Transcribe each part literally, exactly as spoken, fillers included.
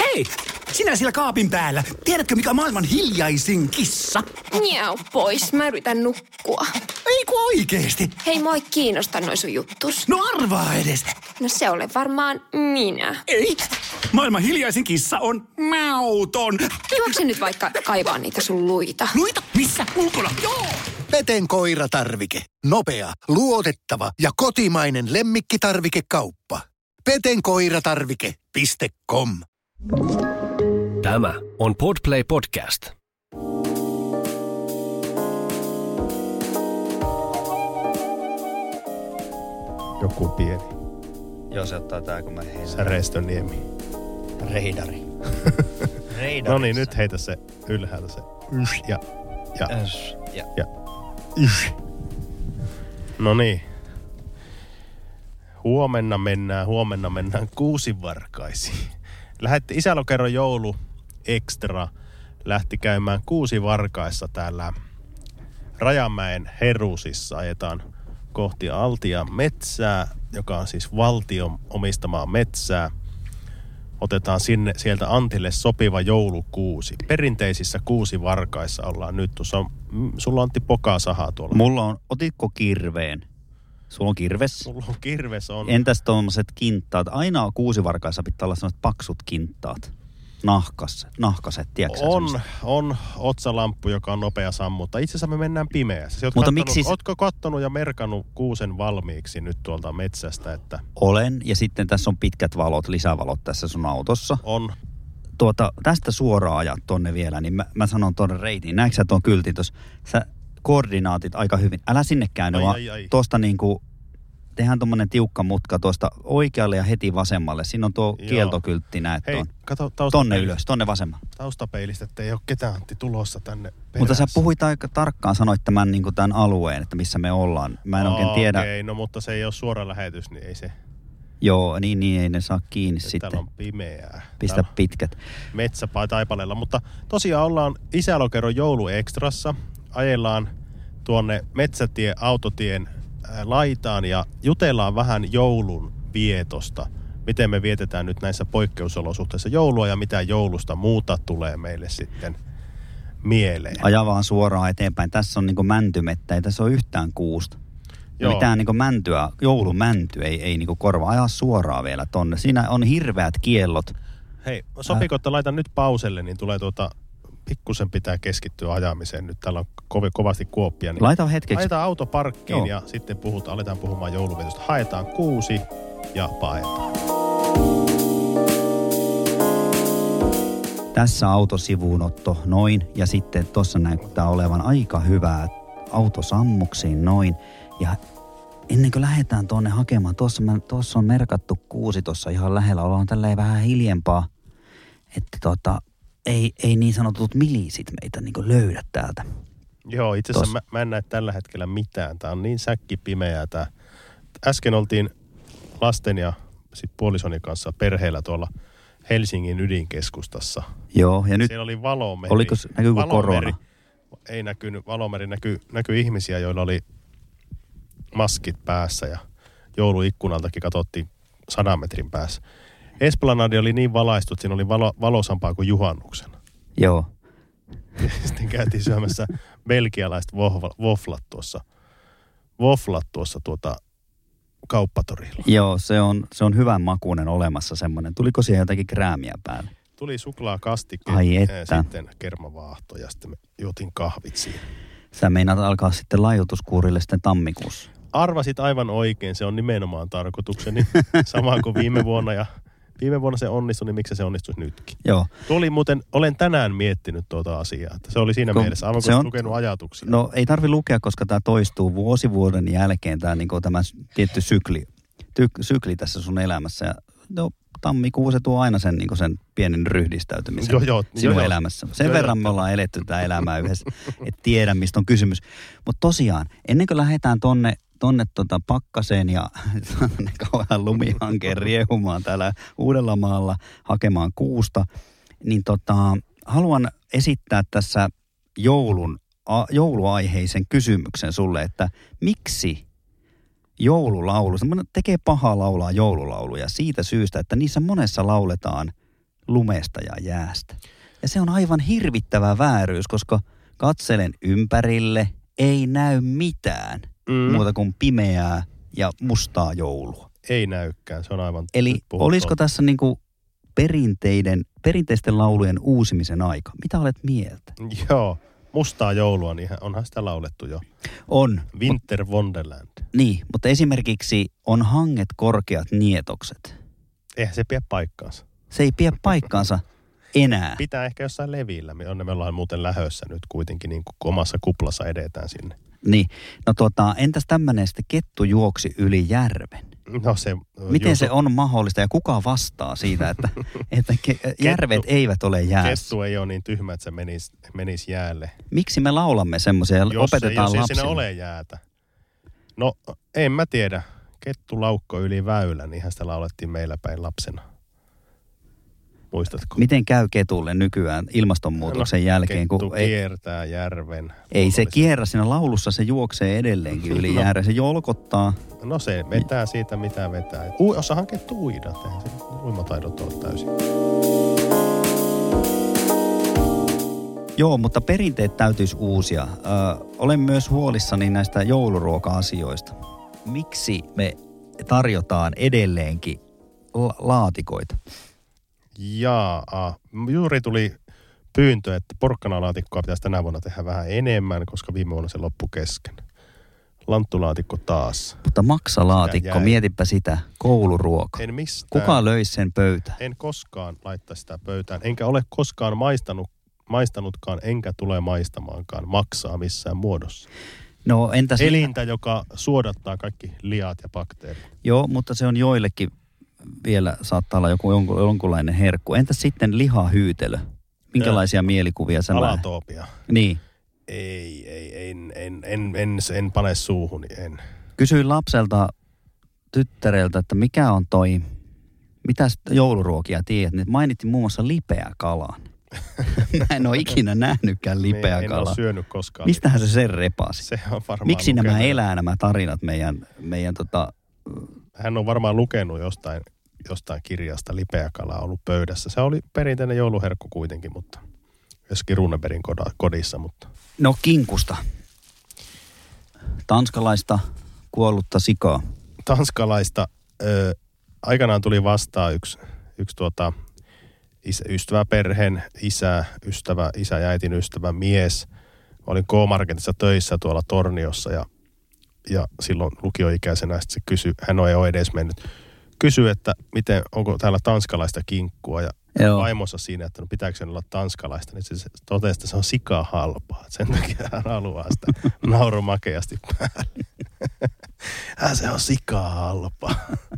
Hei, sinä siellä kaapin päällä. Tiedätkö, mikä on maailman hiljaisin kissa? Miau pois, mä yritän nukkua. Ei kun oikeesti. Hei, moi kiinnosta noi sun juttus. No arvaa edes. No se ole varmaan minä. Ei. Maailman hiljaisin kissa on mauton. Juokse nyt vaikka kaivaa niitä sun luita. Luita? Missä? Ulkona? Joo. Peten koiratarvike. Nopea, luotettava ja kotimainen lemmikkitarvikekauppa. peten koiratarvike piste com. Tämä on Podplay Podcast. Joku pieni. Joo, se ottaa tää, kun mä heitän. Säreistöniemi. Reidari. Reidari. No niin, nyt heitä se ylhäältä se. Ysh ja... Ja... Ysh ja... ja ysh. No niin. Huomenna mennään, huomenna mennään Kuusivarkaisiin. Lähetti Isälokeron joulu extra. Lähti käymään Kuusivarkaissa täällä Rajamäen Herusissa. Ajetaan kohti Altian metsää, joka on siis valtion omistamaa metsää. Otetaan sinne, sieltä Antille sopiva joulukuusi. Perinteisissä Kuusivarkaissa ollaan nyt. Tuossa on, sulla on Antti pokasahaa tuolla. Mulla on, otitko kirveen? Sulla on kirves? Mulla on kirves on. Entäs tuommoiset kinttaat? Aina Kuusivarkaissa pitää olla sellaiset paksut kinttaat. Nahkas, nahkaset, tiedätkö On, semmoset? on otsalamppu, joka on nopea sammuttaa. Itse asiassa me mennään pimeässä. Oot Mutta kattonut, miksi... Ootko kattonut ja merkannut kuusen valmiiksi nyt tuolta metsästä, että... Olen, ja sitten tässä on pitkät valot, lisävalot tässä sun autossa. On. Tuota, tästä suoraan ajat tonne vielä, niin mä, mä sanon tonne reitin. Näetkö sä tuon kyltin tuossa? Sä koordinaatit aika hyvin. Älä sinne käy, Ai, vaan ai, ai. tuosta niinku... Tehdään tommonen tiukka mutka tuosta oikealle ja heti vasemmalle. Siinä on tuo Joo. kieltokyltti, näet Hei, tuon. kato taustapeilistä. Tonne ylös, tonne vasemmalle. Taustapeilistä, että ei ole ketään Antti tulossa tänne perässä. Mutta sä puhuit aika tarkkaan, sanoit tämän, niin tämän alueen, että missä me ollaan. Mä en Aa, oikein tiedä. Okei, no mutta se ei ole suora lähetys, niin ei se... Joo, niin, niin ei ne saa kiinni Täällä sitten. on pimeää. Pistä Täällä on pitkät. metsä taipaleella. Mutta tosiaan ollaan Isälokeron jouluekstrassa. Ajellaan tuonne metsätie, autotien laitaan ja jutellaan vähän joulun vietosta. Miten me vietetään nyt näissä poikkeusolosuhteissa joulua ja mitä joulusta muuta tulee meille sitten mieleen. Aja vaan suoraan eteenpäin. Tässä on niinku mäntymettä, ei tässä ole yhtään kuusta. Joo. Mitään niinku mäntyä, joulumänty ei, ei niinku korvaa. Ajaa suoraan vielä tonne. Siinä on hirveät kiellot. Hei, sopiko, että laitan nyt pauselle, niin tulee tuota, pikkusen pitää keskittyä ajamiseen. Nyt täällä on kov- kovasti kuoppia. Niin Laita hetkeksi. laitetaan auto parkkiin Joo. ja sitten puhutaan, aletaan puhumaan jouluvietosta. Haetaan kuusi ja paetaan. Tässä autosivuunotto noin ja sitten tuossa näyttää olevan aika hyvää autosammuksiin noin. Ja ennen kuin lähdetään tuonne hakemaan, tuossa, mä, tuossa on merkattu kuusi tuossa ihan lähellä. Ollaan tälleen vähän hiljempaa, että tota, ei, ei niin sanotut milisit meitä niin kuin löydä täältä. Joo, itse asiassa mä, mä en näe tällä hetkellä mitään. Tää on niin säkkipimeää tää. Äsken oltiin lasten ja sit puolisoni kanssa perheellä tuolla Helsingin ydinkeskustassa. Joo, ja nyt Siellä oli valomeri. oliko, näkyykö valomeri, korona? Ei näkynyt. Valomeri näkyy, näkyy ihmisiä, joilla oli maskit päässä ja jouluikkunaltakin katsottiin sadan metrin päässä. Esplanadi oli niin valaistu, että siinä oli valo, valosampaa kuin juhannuksena. Joo. Sitten käytiin syömässä belgialaiset waflat tuossa, waflat tuossa tuota kauppatorilla. Joo, se on, se on hyvän makuinen olemassa semmoinen. Tuliko siihen jotakin kräämiä päälle? Tuli suklaakastike, Ai ja että. sitten kermavaahto ja sitten me juotiin kahvit siinä. Sä meinaat alkaa sitten laihdutuskuurille sitten tammikuussa. Arvasit aivan oikein, se on nimenomaan tarkoitukseni. Sama kuin viime vuonna ja viime vuonna se onnistui, niin miksi se onnistuisi nytkin? Joo. Tuli muuten, olen tänään miettinyt tuota asiaa, että se oli siinä Kun mielessä, aivan se kun on- lukenut ajatuksia. No ei tarvi lukea, koska tämä toistuu vuosi vuoden jälkeen, tämä niinku, tämä tietty sykli, ty, sykli tässä sun elämässä. Ja, no, tammikuu se tuo aina sen, niinku sen pienen ryhdistäytymisen Joo, joo, sinun joo, joo. elämässä. Sen Joo, verran joo. me ollaan eletty tämä elämää yhdessä, et tiedä mistä on kysymys. Mutta tosiaan, ennen kuin lähdetään tonne, tonne tota pakkaseen ja ne kauhean lumihankeen riehumaan täällä Uudellamaalla hakemaan kuusta, niin tota, haluan esittää tässä joulun, a, jouluaiheisen kysymyksen sulle, että miksi joululaulu, semmoinen tekee pahaa laulaa joululauluja siitä syystä, että niissä monessa lauletaan lumesta ja jäästä. Ja se on aivan hirvittävä vääryys, koska katselen ympärille, ei näy mitään mm. muuta kuin pimeää ja mustaa joulua. Ei näykään, se on aivan... Eli olisiko tässä niinku perinteiden, perinteisten laulujen uusimisen aika? Mitä olet mieltä? Joo, mustaa joulua, niin onhan sitä laulettu jo. On. Winter Wonderland. Niin, mutta esimerkiksi on hanget korkeat nietokset. Eihän se pidä paikkaansa. Se ei pidä paikkaansa enää. Pitää ehkä jossain levillä. Me, me ollaan muuten lähössä nyt kuitenkin, niin kuin omassa kuplassa edetään sinne. Niin, no tuota, entäs tämmöinen sitten kettu juoksi yli järven? No se... Miten juosu... se on mahdollista ja kuka vastaa siitä, että, että ke- järvet kettu, eivät ole jäässä? Kettu ei ole niin tyhmä, että se menisi, menisi jäälle. Miksi me laulamme semmoisia ja jos opetetaan lapsille? Jos ei lapsille? siinä ole jäätä. No, en mä tiedä. Kettu laukko yli väylän, niinhän sitä laulettiin meillä päin lapsena. Muistatko? Miten käy ketulle nykyään ilmastonmuutoksen no, jälkeen? Kettu kun kiertää ei, järven. Ei se kierrä, siinä laulussa se juoksee edelleenkin yli no. järven. Se jolkottaa. No se vetää siitä mitä vetää. U- osahan kettu uida, eihän se uimataidot ole täysin. Joo, mutta perinteet täytyisi uusia. Ö, olen myös huolissani näistä jouluruoka-asioista. Miksi me tarjotaan edelleenkin la- laatikoita? Jaa, juuri tuli pyyntö, että porkkanalaatikkoa pitäisi tänä vuonna tehdä vähän enemmän, koska viime vuonna se loppui kesken. Lanttulaatikko taas. Mutta maksalaatikko, mietipä sitä, kouluruoka. En mistään. Kuka löisi sen pöytään? En koskaan laittaa sitä pöytään, enkä ole koskaan maistanut, maistanutkaan, enkä tule maistamaankaan maksaa missään muodossa. No entäs... Elintä, joka suodattaa kaikki liat ja bakteerit. Joo, mutta se on joillekin vielä saattaa olla joku jonkunlainen herkku. Entäs sitten lihahyytelö? Minkälaisia ja mielikuvia sä Alatoopia. Niin. Ei, ei, en, en, en, en, en pane suuhun, en. Kysyin lapselta, tyttäreltä, että mikä on toi, mitä jouluruokia tiedät? Niin mainittiin muun muassa lipeä kalan. Mä en ole ikinä nähnytkään lipeä kalaa. En ole syönyt koskaan. Mistähän se sen repasi? Se on varmaan Miksi lukenut. nämä elää nämä tarinat meidän, meidän tota... Hän on varmaan lukenut jostain, jostain kirjasta lipeä kalaa ollut pöydässä. Se oli perinteinen jouluherkku kuitenkin, mutta joskin Runebergin kodissa, mutta... No kinkusta. Tanskalaista kuollutta sikaa. Tanskalaista. Ö, aikanaan tuli vastaan yksi, yksi tuota, isä, ystäväperheen isä, ystävä, isä ja äitin ystävä mies. Olin K-Marketissa töissä tuolla Torniossa ja, ja silloin lukioikäisenä sitten se kysyi, hän ei ole edes mennyt, kysyi, että miten, onko täällä tanskalaista kinkkua ja Joo. vaimossa siinä, että no pitääkö sen olla tanskalaista, niin se totesi, että se on sikaa halpaa. Sen takia hän haluaa sitä naurumakeasti päälle. Hän se on sikaa halpaa.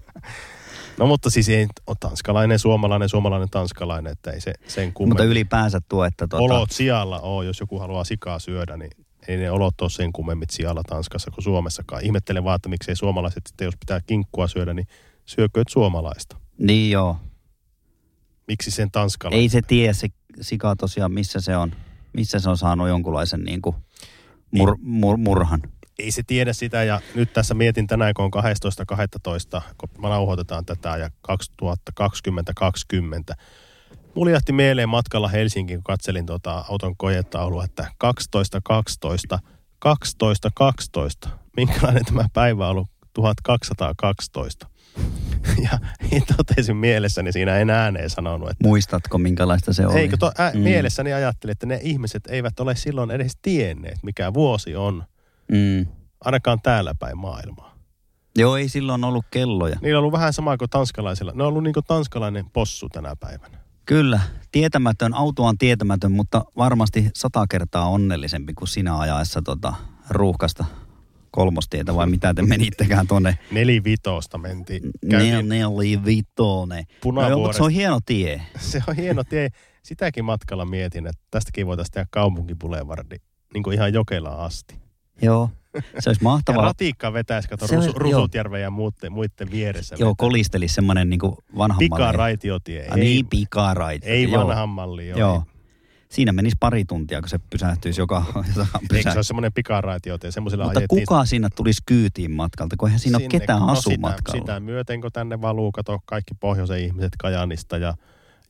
No mutta siis ei ole tanskalainen, suomalainen, suomalainen, tanskalainen, että ei se sen kummemmin. Mutta ylipäänsä tuo, että... Tuota... Olot sijalla on, jos joku haluaa sikaa syödä, niin ei ne olot ole sen kummemmit sijalla Tanskassa kuin Suomessakaan. Ihmettelen vaan, että miksei suomalaiset sitten, jos pitää kinkkua syödä, niin syökööt suomalaista. Niin joo. Miksi sen tanskalainen? Ei se tiedä se sika tosiaan, missä se on, missä se on saanut jonkunlaisen niin kuin mur, mur, murhan. Ei se tiedä sitä ja nyt tässä mietin tänään, kun on kahdestoista kahdestoista kun me nauhoitetaan tätä ja kaksituhattakaksikymmentä kaksikymmentä. Mulla jähti mieleen matkalla Helsinkiin, kun katselin tuota auton kojetaulua, että kaksitoista kaksitoista kaksitoista kaksitoista Minkälainen tämä päivä on ollut? tuhatkaksisataakaksitoista Ja totesin mielessäni, siinä en ääneen sanonut, että... Muistatko, minkälaista se oli? Eikö to, ä, mm. mielessäni ajattelin, että ne ihmiset eivät ole silloin edes tienneet, mikä vuosi on. Mm. Ainakaan täällä päin maailmaa. Joo, ei silloin ollut kelloja. Niillä on ollut vähän sama kuin tanskalaisilla. Ne on ollut niin kuin tanskalainen possu tänä päivänä. Kyllä, tietämätön, auto on tietämätön, mutta varmasti sata kertaa onnellisempi kuin sinä ajaessa tota ruuhkasta kolmostietä, vai mitä te menittekään tuonne? Nelivitosta mentiin. Nel, nelivitone. No, se on hieno tie. Se on hieno tie. Sitäkin matkalla mietin, että tästäkin voitaisiin tehdä kaupunkibulevardi niin kuin ihan Jokelaan asti. Joo, se olisi mahtavaa. Ja ratikka vetäisi, kato Rus, Rusutjärven ja muiden, muiden vieressä. Joo, kolistelisi semmoinen niin kuin vanhan malli. Pikaraitiotie. Ah, niin, pikaraitiotie. Ei vanhan malli, joo. joo. Siinä menisi pari tuntia, kun se pysähtyisi joka pysähtyisi. Eikö se ole semmoinen pikaraitiotie? Semmoisella mutta ajettiin... kuka siinä tulisi kyytiin matkalta, kun eihän siinä sinne, ole ketään no asumatkalla. Sitä, sitä myöten, kun tänne valuu, kato kaikki pohjoisen ihmiset Kajaanista ja,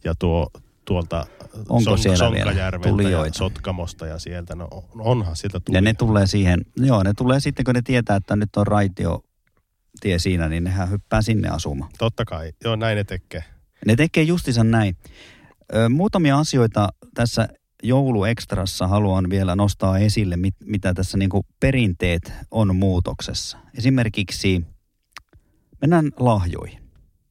ja tuo, tuolta Onko Son, siellä vielä Sonkajärveltä tulijoita? ja Sotkamosta ja sieltä. No onhan sieltä tuli. Ja ne tulee siihen, joo ne tulee sitten kun ne tietää, että nyt on raitiotie siinä, niin nehän hyppää sinne asumaan. Totta kai, joo näin ne tekee. Ne tekee justiinsa näin. Ö, muutamia asioita tässä jouluekstrassa haluan vielä nostaa esille, mit, mitä tässä niinku perinteet on muutoksessa. Esimerkiksi mennään lahjoihin.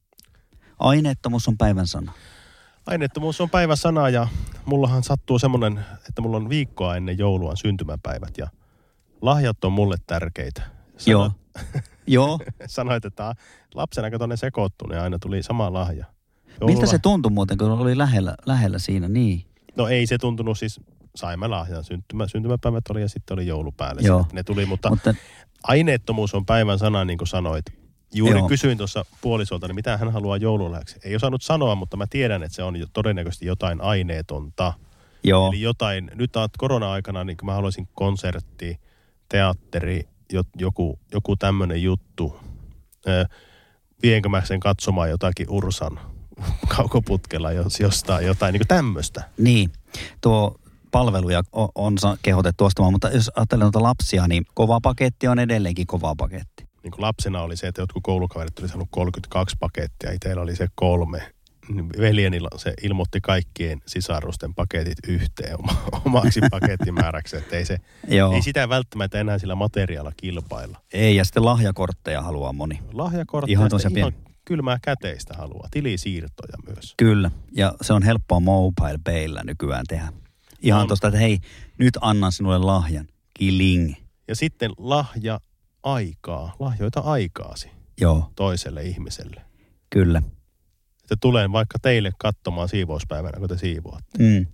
Aineettomuus on päivän sana. Aineettomuus on päivän sana ja mullahan sattuu semmoinen, että mulla on viikkoa ennen joulua syntymäpäivät ja lahjat on mulle tärkeitä. Sanoit, Joo. Joo. Sanoit, että lapsena kun ne sekoittuu, niin aina tuli sama lahja. Joulula... Miltä se tuntui muuten, kun oli lähellä, lähellä siinä? Niin. No ei se tuntunut siis, saimme lahjan. Syntymä, syntymäpäivät oli ja sitten oli joulu päälle. Joo. Ne tuli, mutta, mutta aineettomuus on päivän sana, niin kuin sanoit. Juuri Joo. kysyin tuossa puolisolta, niin mitä hän haluaa joululahjaksi. Ei osannut sanoa, mutta mä tiedän, että se on todennäköisesti jotain aineetonta. Joo. Eli jotain, nyt korona-aikana niin mä haluaisin konsertti, teatteri, joku, joku tämmöinen juttu. Ö, vienkö mä sen katsomaan jotakin Ursan kaukoputkella, jos jostain jotain niin kuin tämmöistä. Niin, tuo palveluja on, on kehotettu ostamaan, mutta jos ajattelee noita lapsia, niin kova paketti on edelleenkin kova paketti. Niin kuin lapsena oli se, että jotkut koulukaverit oli saanut kolmekymmentäkaksi pakettia, itsellä oli se kolme. Veljeni se ilmoitti kaikkien sisarusten paketit yhteen omaksi pakettimääräksi, että ei, se, ei sitä välttämättä enää sillä materiaalilla kilpailla. Ei, ja sitten lahjakortteja haluaa moni. Lahjakortteja, ihan, ihan kylmää käteistä haluaa, tilisiirtoja myös. Kyllä, ja se on helppoa mobile payllä nykyään tehdä. Ihan tuosta, että hei, nyt annan sinulle lahjan, kiling. Ja sitten lahja aikaa, lahjoita aikaasi Joo. toiselle ihmiselle. Kyllä. Että tulen vaikka teille katsomaan siivouspäivänä, kun te siivoatte. Mm.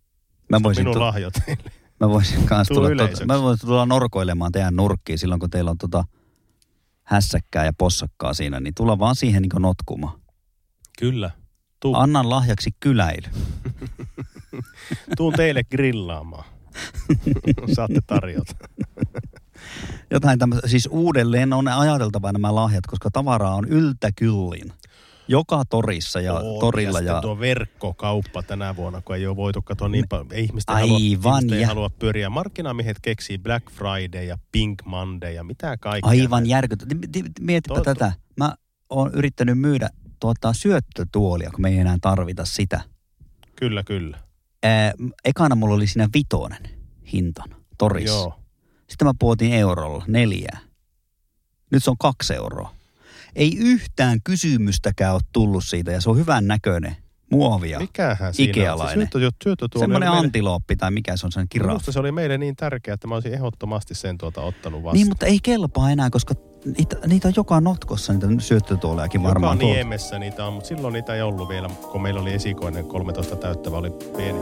Mä voisin minun tu- lahjo teille. Mä voisin kanssa tulla, tuota, mä voisin tulla norkoilemaan teidän nurkkiin silloin, kun teillä on tota hässäkkää ja possakkaa siinä, niin tulla vaan siihen niin kuin notkumaan. Kyllä. Tuu. Annan lahjaksi kyläily. Tuun teille grillaamaan. Saatte tarjota. Jotain tämmöistä, siis uudelleen on ajateltava nämä lahjat, koska tavaraa on yltäkyllin. Joka torissa ja Oo, torilla. Ja, ja tuo verkkokauppa tänä vuonna, kun ei ole voitu katsoa niin paljon. Ihmiset, halua, ihmiset ei halua pyöriä. Markkinamiehet keksii Black Friday ja Pink Monday ja mitä kaikkea. Aivan järkyttä. Mietipä Totta. tätä. Mä oon yrittänyt myydä tuota syöttötuolia, kun me ei enää tarvita sitä. Kyllä, kyllä. Ää, ekana mulla oli siinä vitonen hintana torissa. Joo. Sitten mä puotin eurolla neljää. Nyt se on kaksi euroa. Ei yhtään kysymystäkään ole tullut siitä ja se on hyvän näköinen muovia. Mikähän siinä Ikealainen. on? Se semmoinen meille... antilooppi tai mikä se on, sen kiraffi. Minusta se oli meille niin tärkeä, että mä olisin ehdottomasti sen tuota ottanut vastaan. Niin, mutta ei kelpaa enää, koska niitä, niitä on joka notkossa, niitä syöttötuolejakin varmaan. Joka niemessä niitä on, mutta silloin niitä ei ollut vielä, kun meillä oli esikoinen kolmetoista täyttävä, oli pieni.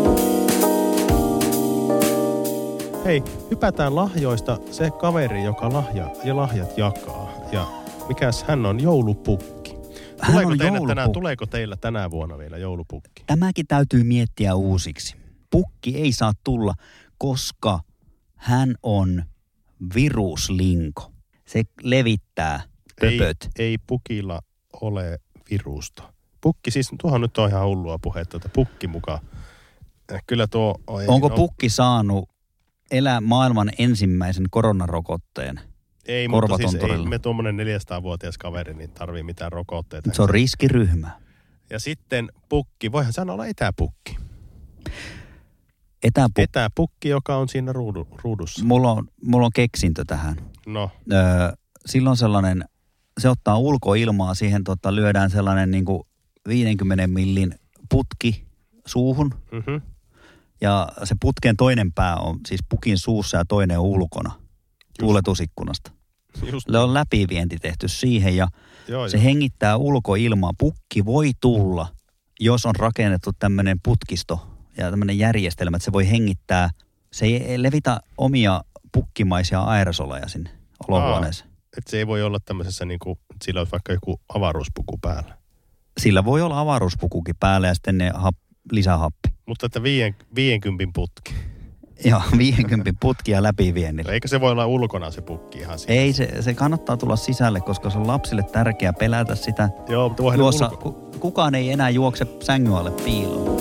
Hei, hypätään lahjoista se kaveri, joka lahja, ja lahjat jakaa. Ja mikäs hän on? Joulupukki. Hän Tuleeko, on teillä joulupukki. tänään, tuleeko teillä tänä vuonna vielä joulupukki? Tämäkin täytyy miettiä uusiksi. Pukki ei saa tulla, koska hän on viruslinko. Se levittää pöpöt. Ei, ei pukilla ole virusta. Pukki, siis tuohon nyt on ihan hullua puhetta, että pukki mukaan. Kyllä tuo... Ei, Onko no, pukki saanut elää maailman ensimmäisen koronarokotteen? Ei, mutta siis ei me tuommoinen neljäsataavuotias kaveri niin tarvii mitään rokotteita. Se on riskiryhmä. Ja sitten pukki, voihan sanoa olla etäpukki. Etäpukki. Etäpukki, joka on siinä ruudu, ruudussa. Mulla on, mulla on keksintö tähän. No. Öö, silloin sellainen, se ottaa ulkoilmaa, siihen tota, lyödään sellainen niin kuin viidenkymmenen millin putki suuhun. Mm-hmm. Ja se putken toinen pää on siis pukin suussa ja toinen on ulkona tuuletusikkunasta. Just. Se on läpivienti tehty siihen ja joo, se joo. hengittää ulkoilmaa. Pukki voi tulla, jos on rakennettu tämmöinen putkisto ja tämmöinen järjestelmä, että se voi hengittää. Se ei levitä omia pukkimaisia aerosoleja sinne olohuoneeseen. Että se ei voi olla tämmöisessä niin kuin, sillä olisi vaikka joku avaruuspuku päällä. Sillä voi olla avaruuspukukin päällä ja sitten ne hap, lisähappi. Mutta että viien, viienkympin putki. Joo, viisikymmentä putkia läpiviennillä. Eikö se voi olla ulkona se pukki ihan siinä? Ei, se, se kannattaa tulla sisälle, koska se on lapsille tärkeää pelätä sitä. Joo, mutta voihan Tuossa ulko... ku, kukaan ei enää juokse sängyn alle piiloon.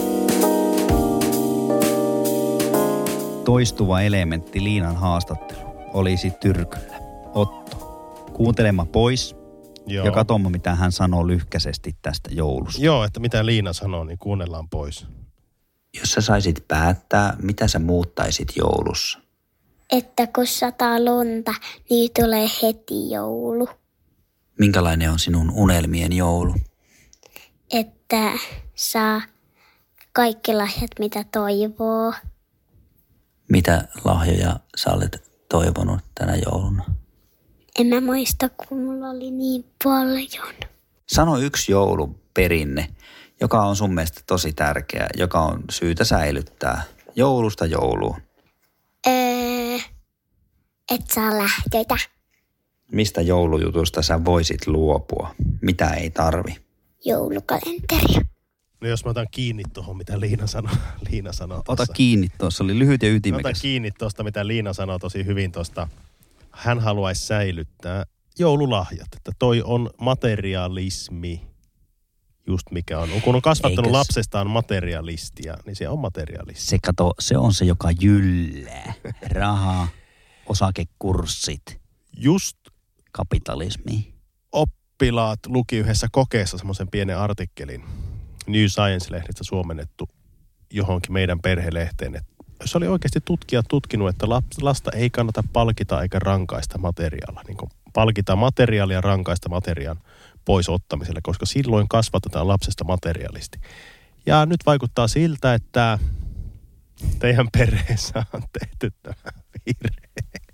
Toistuva elementti Liinan haastattelu olisi tyrkyllä. Otto, kuuntelema pois Joo. ja katsomme, mitä hän sanoo lyhkäisesti tästä joulusta. Joo, että mitä Liina sanoo, niin kuunnellaan pois. Jos sä saisit päättää, mitä sä muuttaisit joulussa? Että kun sataa lunta, niin tulee heti joulu. Minkälainen on sinun unelmien joulu? Että saa kaikki lahjat, mitä toivoo. Mitä lahjoja sä olet toivonut tänä jouluna? En mä muista, kun mulla oli niin paljon. Sano yksi jouluperinne, joka on sun mielestä tosi tärkeä, joka on syytä säilyttää joulusta jouluun. Öö, et saa lähtöitä. Mistä joulujutusta sä voisit luopua? Mitä ei tarvi? Joulukalenteria. No jos mä otan kiinni tuohon, mitä Liina sanoo. Liina sanoo Ota tossa. kiinni tuossa, oli lyhyt ja Mä ytimekäs. otan kiinni tuosta, mitä Liina sanoo tosi hyvin tuosta. Hän haluaisi säilyttää joululahjat. Että toi on materialismi, just mikä on. Kun on kasvattanut Eikös? lapsestaan materialistia, niin se on materialisti. Se kato, se on se, joka jyllää. Raha, osakekurssit, Just kapitalismi. oppilaat luki yhdessä kokeessa semmoisen pienen artikkelin New Science-lehdistä suomennettu johonkin meidän perhelehteen. Että jos oli oikeasti tutkijat tutkinut, että lasta ei kannata palkita eikä rankaista materiaalia. Niin kuin palkita materiaalia, rankaista materiaan pois ottamiselle, koska silloin kasvatetaan lapsesta materiaalisti. Ja nyt vaikuttaa siltä, että teidän perheessä on tehty tämä virhe.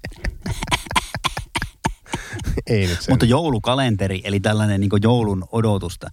Ei nyt sen. Mutta joulukalenteri, eli tällainen niin kuin joulun odotusta.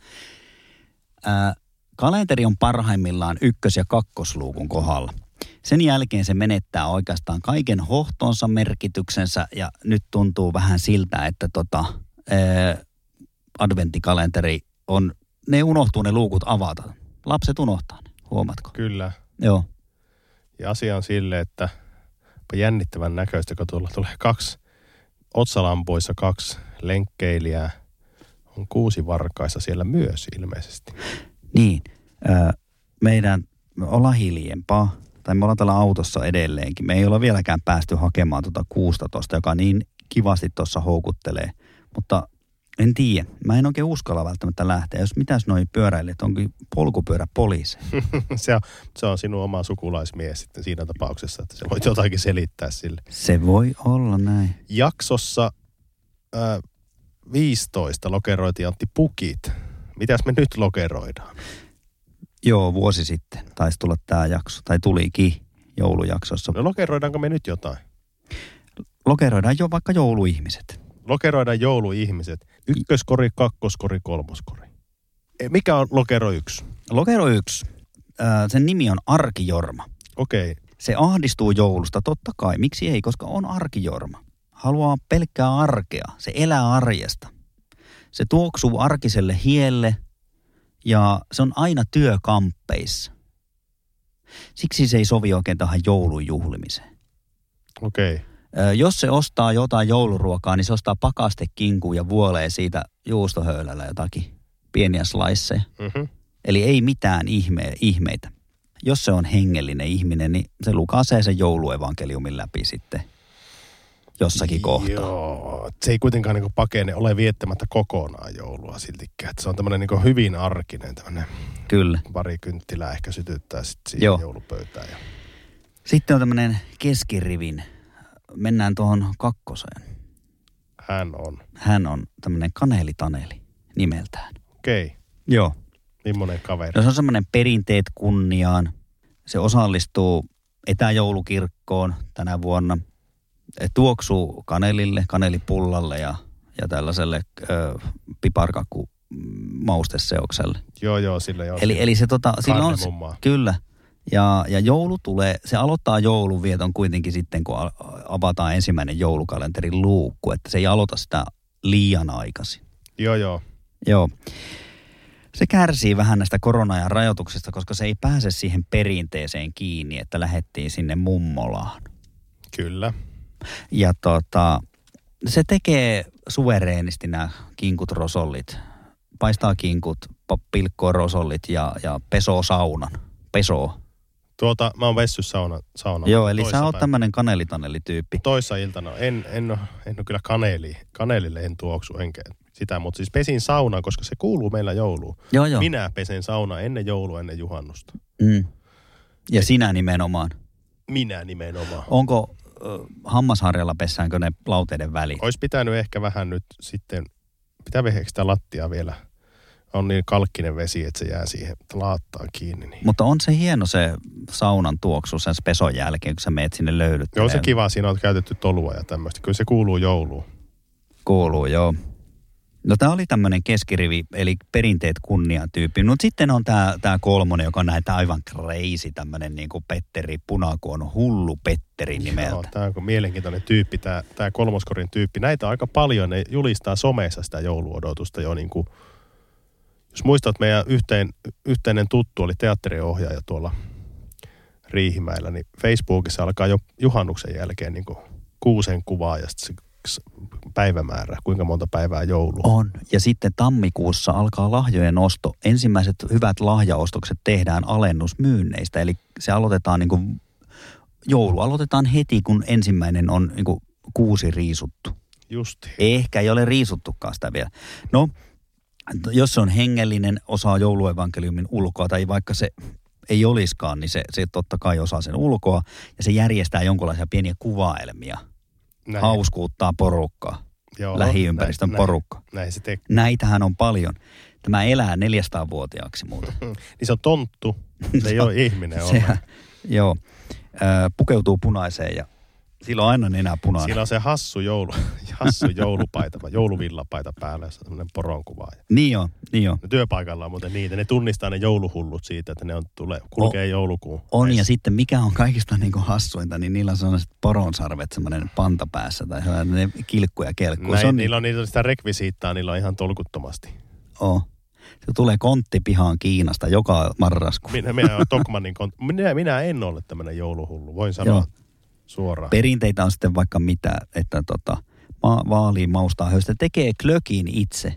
Ää, kalenteri on parhaimmillaan ykkös- ja kakkosluukun kohdalla. Sen jälkeen se menettää oikeastaan kaiken hohtonsa, merkityksensä ja nyt tuntuu vähän siltä, että tota, ää, adventtikalenteri on, ne unohtuu ne luukut avata. Lapset unohtaa ne, huomaatko? Kyllä. Joo. Ja asia on sille, että jännittävän näköistä, kun tuolla tulee kaksi otsalampuissa kaksi lenkkeilijää. On kuusi varkaissa siellä myös ilmeisesti. Niin, ää, meidän, me ollaan hiljempaa, tai me ollaan täällä autossa edelleenkin. Me ei olla vieläkään päästy hakemaan tuota kuusta tosta, joka niin kivasti tuossa houkuttelee. Mutta en tiedä, mä en oikein uskalla välttämättä lähteä. Jos mitäs noi pyöräilijät, onkin polkupyöräpoliisi. se, on, se on sinun oma sukulaismies sitten siinä tapauksessa, että se voit jotakin selittää sille. Se voi olla näin. Jaksossa äh, viisitoista lokeroitiin Antti pukit. Mitäs me nyt lokeroidaan? Joo, vuosi sitten taisi tulla tää jakso, tai tulikin joulujaksossa. No lokeroidaanko me nyt jotain? Lokeroidaan jo vaikka jouluihmiset. Lokeroidaan jouluihmiset. Ykköskori, kakkoskori, kolmoskori. Mikä on lokero yksi? Lokero yksi. Sen nimi on Arkijorma. Okei. Okay. Se ahdistuu joulusta, totta kai. Miksi ei? Koska on arkijorma. Haluaa pelkkää arkea. Se elää arjesta. Se tuoksuu arkiselle hielle ja se on aina työkamppeissa. Siksi se ei sovi oikein tähän joulun juhlimiseen. Okei. Okay. Jos se ostaa jotain jouluruokaa, niin se ostaa pakastekinkua ja vuolee siitä juustohöylällä jotakin pieniä sliceja. Mm-hmm. Eli ei mitään ihme, ihmeitä. Jos se on hengellinen ihminen, niin se lukaisee sen jouluevankeliumin läpi sitten jossakin kohtaa. Joo, se ei kuitenkaan niin pakene ole viettämättä kokonaan joulua siltikään. Se on tämmöinen niin hyvin arkinen tämmöinen. Kyllä. Pari kynttilää ehkä sytyttää sitten siihen Joo. joulupöytään. Ja... Sitten on tämmöinen keskirivin. Mennään tuohon kakkoseen. Hän on. Hän on tämmöinen Kaneli-Taneli nimeltään. Okei. Okay. Joo. Millainen kaveri? No se on semmoinen perinteet kunniaan. Se osallistuu etäjoulukirkkoon tänä vuonna. Tuoksuu kanelille, kanelipullalle ja, ja tällaiselle ö, piparkakku mausteseokselle. Joo, joo, sillä joo. Eli, eli se tota, sillä on, kyllä. Ja, ja joulu tulee, se aloittaa joulunvieton kuitenkin sitten, kun avataan ensimmäinen joulukalenterin luukku, että se ei aloita sitä liian aikaisin. Joo, joo. Joo. Se kärsii vähän näistä korona-ajan rajoituksista, koska se ei pääse siihen perinteeseen kiinni, että lähdettiin sinne mummolaan. Kyllä. Ja tota, se tekee suvereenisti nämä kinkut rosollit. Paistaa kinkut, pilkkoo rosollit ja, ja pesoo saunan. Pesoo. Tuota, mä oon vessy sauna, sauna. Joo, eli sä oot päivänä. tämmönen kanelitanelityyppi. Toissa iltana. En, en, ole, en ole kyllä kaneeli. Kaneelille en tuoksu enkä sitä, mutta siis pesin saunan, koska se kuuluu meillä jouluun. Joo, joo. Minä pesen sauna ennen joulua, ennen juhannusta. Mm. Ja sinä nimenomaan. Minä nimenomaan. Onko äh, hammasharjalla pessäänkö ne lauteiden väliin? Olisi pitänyt ehkä vähän nyt sitten, pitää veheekö sitä lattiaa vielä? On niin kalkkinen vesi, että se jää siihen laattaan kiinni. Niin. Mutta on se hieno se saunan tuoksu sen peson jälkeen, kun sä meet sinne löydyt. Joo, se kiva. Siinä on käytetty tolua ja tämmöistä. Kyllä se kuuluu jouluun. Kuuluu, joo. No tää oli tämmönen keskirivi, eli perinteet kunnia tyyppi. Mutta sitten on tää, tää kolmonen, joka on näitä aivan crazy, tämmönen niinku Petteri Punakuon, hullu Petteri nimeltä. Joo, tää on mielenkiintoinen tyyppi, tää, tää kolmoskorin tyyppi. Näitä on aika paljon, ne julistaa somessa sitä jouluodotusta jo niinku. Jos muistat, meidän yhteen, yhteinen tuttu oli teatteriohjaaja tuolla Riihimäellä, niin Facebookissa alkaa jo juhannuksen jälkeen niin kuin kuusen kuvaa ja sitten se päivämäärä, kuinka monta päivää joulua. On. Ja sitten tammikuussa alkaa lahjojen osto. Ensimmäiset hyvät lahjaostokset tehdään alennusmyynneistä, eli se aloitetaan niin kuin, joulu aloitetaan heti, kun ensimmäinen on niin kuin kuusi riisuttu. Just. Ehkä ei ole riisuttukaan sitä vielä. No, jos se on hengellinen, osaa jouluevankeliumin ulkoa, tai vaikka se ei olisikaan, niin se, se totta kai osaa sen ulkoa, ja se järjestää jonkinlaisia pieniä kuvaelmia. Näin. Hauskuuttaa porukkaa, joo, lähiympäristön näin, porukka. Näin, näin se tekee. Näitähän on paljon. Tämä elää neljäsataavuotiaaksi muuten. Niin se on tonttu, se ei ole ihminen Sehän, joo, ö, pukeutuu punaiseen ja sillä on aina nenä punainen. Sillä on se hassu, joulu, hassu joulupaita, jouluvillapaita päällä ja semmoinen poronkuva. Niin on, niin on. Työpaikalla on muuten niitä. Ne tunnistaa ne jouluhullut siitä, että ne on, tulee, kulkee o, joulukuun. On näissä. Ja sitten mikä on kaikista niin kuin hassuinta, niin niillä on sellaiset poronsarvet, semmoinen panta päässä tai sellainen kilkku ja kelkku. Näin, se on niillä on niitä sitä rekvisiittaa, niillä on ihan tolkuttomasti. Oo. Se tulee konttipihaan Kiinasta joka marrasku. Minä, minä, olen Tokmannin kont- minä, minä en ole tämmöinen jouluhullu, voin sanoa. Joo. Suoraan. Perinteitä on sitten vaikka mitä, että tota, ma- vaalii, maustaa, höystä, tekee klökin itse.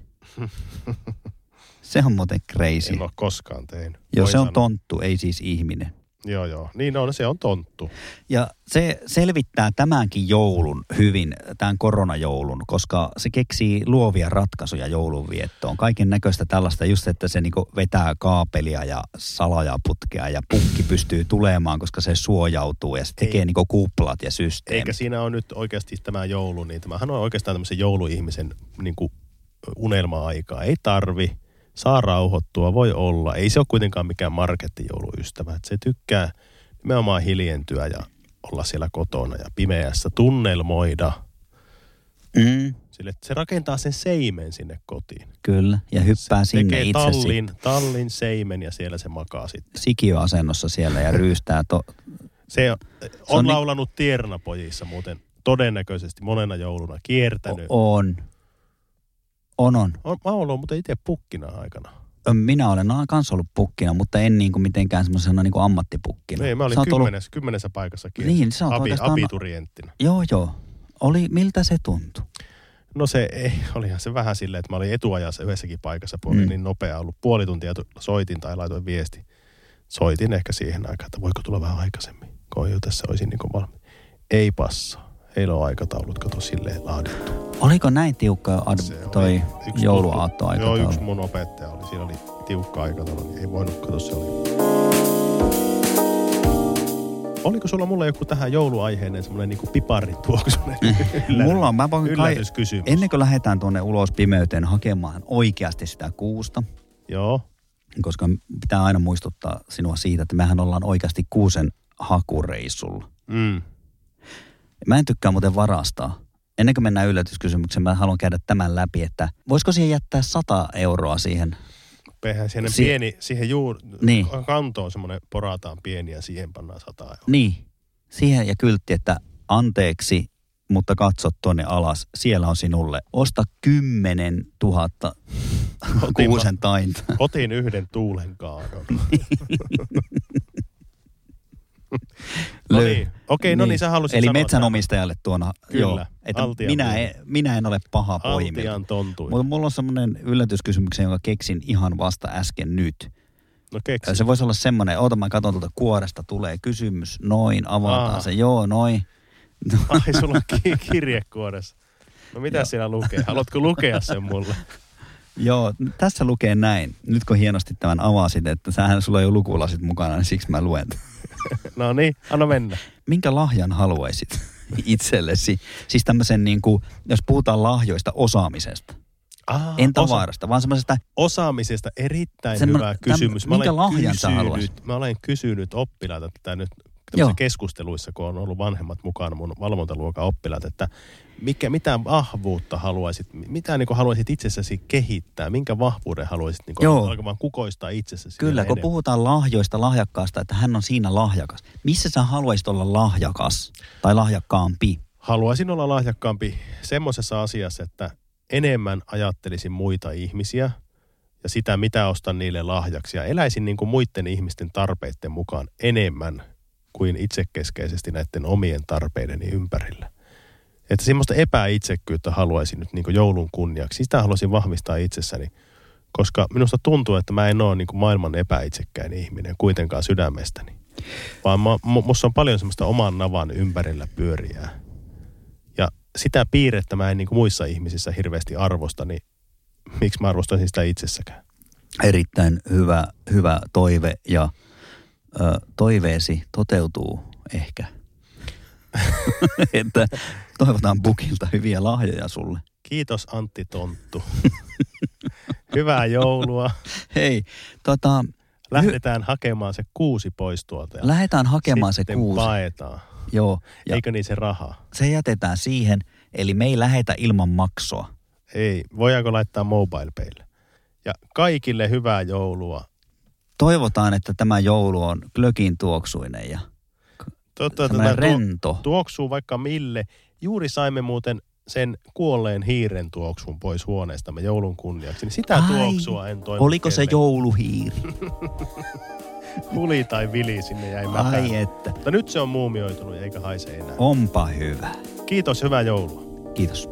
Se on muuten crazy. En ole koskaan tehnyt. Joo, Voin se on sanoa. tonttu, ei siis ihminen. Joo, joo. Niin on, se on tonttu. Ja se selvittää tämänkin joulun hyvin, tämän koronajoulun, koska se keksii luovia ratkaisuja joulunviettoon. Kaiken näköistä tällaista, just että se niinku vetää kaapelia ja salajaputkea ja pukki pystyy tulemaan, koska se suojautuu ja se tekee Ei. niinku kuplat ja systeemit. Eikä siinä ole nyt oikeasti tämä joulu, niin tämähän on oikeastaan tämmöisen jouluihmisen niin kuin unelma-aikaa. Ei tarvi, saa rauhoittua, voi olla. Ei se ole kuitenkaan mikään markettijouluystävä. Että se tykkää nimenomaan hiljentyä ja olla siellä kotona ja pimeässä, tunnelmoida. Mm, Sille, se rakentaa sen seimen sinne kotiin. kyllä, ja hyppää Se sinne tekee itse tallin, tallin seimen ja siellä se makaa sitten. sikiöasennossa siellä ja ryystää. To- Se on, Se on on ni- laulanut Tiernapojissa muuten todennäköisesti monena jouluna, kiertänyt. o- on. On, on. On, mä oon ollut muuten itse pukkina aikana. Minä olen kanssa ollut pukkina, mutta en niin kuin mitenkään semmoisena niin kuin ammattipukkina. Ei, mä olin Sä oot kymmenes, ollut... kymmenessä paikassa kiertänyt. Niin, sä oot Abi, oikeastaan- abiturienttina. Joo, joo. Oli, miltä se tuntui? No se ei, olihan se vähän silleen, että mä olin etuajassa yhdessäkin paikassa, kun oli Mm. niin nopea ollut. Puoli tuntia tu- soitin tai laitoin viesti. Soitin ehkä siihen aikaan, että voiko tulla vähän aikaisemmin, kun jo tässä olisin niin kuin valmis. Ei passaa. Heillä on aikataulut, kato silleen laadittu. Oliko näin tiukka ad, Se oli toi yksi jouluaattoaikataulu? Joo, yksi mun opettaja oli. Siinä oli tiukka aikataulu, niin ei voinut, kato se oli. Oliko sulla mulle joku tähän jouluaiheinen semmoinen niinku piparituoksunen Mulla on, mä voin kai, yllätyskysymys? ennen kuin lähdetään tuonne ulos pimeyteen hakemaan oikeasti sitä kuusta, Joo. koska pitää aina muistuttaa sinua siitä, että mehän ollaan oikeasti kuusen hakureissulla. Mm. Mä en tykkää muuten varastaa. Ennen kuin mennään yllätyskysymykseen, mä haluan käydä tämän läpi, että voisiko siihen jättää sata euroa siihen? Pehän siihen Si- pieni, siihen juur, Niin. kantoon semmoinen porataan pieni ja siihen pannaan sata euroa. Niin, siihen ja kyltti, että anteeksi, mutta katso tuonne alas, siellä on sinulle. Osta kymmenen tuhatta Otin, kuusen tainta. Otin yhden tuulenkaadon. No niin, okei, no niin, sä halusit Eli sanoa metsänomistajalle tuona, Kyllä, joo, että minä en, minä en ole paha poimija. Altian tontuja. Mutta mulla on semmoinen yllätyskysymyksen, jonka keksin ihan vasta äsken nyt. No keksi. Se voisi olla semmoinen, oota mä katson tuolta kuoresta, tulee kysymys, noin, avataan Aa. se, joo, noin. Ai, sulla on ki- kirjekuoressa. No mitä siellä lukee? Haluatko lukea sen mulle? Joo, tässä lukee näin. Nyt kun hienosti tämän avasit, että sähän sulla ei ole lukulasit mukana, niin siksi mä luen. No niin, anna mennä. Minkä lahjan haluaisit itsellesi? Siis tämmöisen niin kuin, jos puhutaan lahjoista osaamisesta. Aa, En tavarasta, vaan semmoisesta... Osaamisesta erittäin Semmo- hyvä kysymys. täm- Mä minkä olen lahjan sä kysynyt- haluaisit? Mä olen kysynyt oppilaita tätä nyt Joo. tämmöisissä keskusteluissa, kun on ollut vanhemmat mukana, mun valvontaluokan oppilaat, että mikä, mitä vahvuutta haluaisit, mitä niin kuin haluaisit itsessäsi kehittää, minkä vahvuuden haluaisit niin Joo. alkamaan kukoistaa itsessäsi. Kyllä, vielä kun enemmän. puhutaan lahjoista, lahjakkaasta, että hän on siinä lahjakas. Missä sä haluaisit olla lahjakas tai lahjakkaampi? Haluaisin olla lahjakkaampi semmoisessa asiassa, että enemmän ajattelisin muita ihmisiä ja sitä, mitä ostan niille lahjaksi. Ja eläisin niin kuin muiden ihmisten tarpeiden mukaan enemmän kuin itsekeskeisesti näiden omien tarpeideni ympärillä. Että semmoista epäitsekkyyttä haluaisin nyt niin kuin joulun kunniaksi. Sitä haluaisin vahvistaa itsessäni, koska minusta tuntuu, että mä en ole niin kuin maailman epäitsekkäin ihminen kuitenkaan sydämestäni. Vaan mä, musta on paljon semmoista oman navan ympärillä pyöriää. Ja sitä piirrettä mä en niin kuin muissa ihmisissä hirveästi arvosta, niin miksi mä arvostaisin sitä itsessäkään? Erittäin hyvä, hyvä toive ja ö, toiveesi toteutuu ehkä. Että toivotaan Bukilta hyviä lahjoja sulle. Kiitos Antti Tonttu. Hyvää joulua. Hei, tota... Lähdetään hy- hakemaan se kuusi pois tuolta. Ja lähdetään hakemaan se kuusi. Sitten paetaan. Joo. Ja eikö niin se raha? Se jätetään siihen, eli me ei lähetä ilman maksua. Ei, voidaanko laittaa mobile paylle? Ja kaikille hyvää joulua. Toivotaan, että tämä joulu on glögin tuoksuinen ja Totta, tämmöinen tuo, rento. Tuoksuu vaikka mille. Juuri saimme muuten sen kuolleen hiiren tuoksun pois huoneestamme joulun kunniaksi. Niin sitä Ai, tuoksua en toivo. oliko se jouluhiiri? Huli tai vili sinne jäi mätään. Ai että. Mutta nyt se on muumioitunut eikä haise enää. Onpa hyvä. Kiitos, hyvää joulua. Kiitos.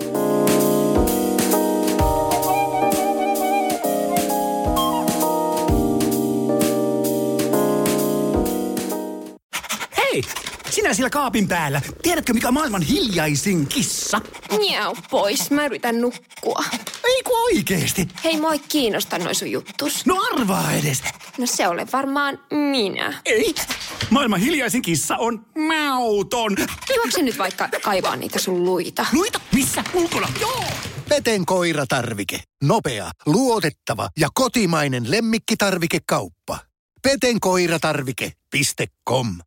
Hei, sinä siellä kaapin päällä. Tiedätkö, mikä on maailman hiljaisin kissa? Miau pois, mä yritän nukkua. Ei kun oikeesti. Hei, moi kiinnosta noi sun juttus. No arvaa edes. No se ole varmaan minä. Ei. Maailman hiljaisin kissa on mauton. Juokse nyt vaikka kaivaa niitä sun luita. Luita? Missä? Ulkona? Joo. Peten koiratarvike. Nopea, luotettava ja kotimainen lemmikkitarvikekauppa. peten koiratarvike piste com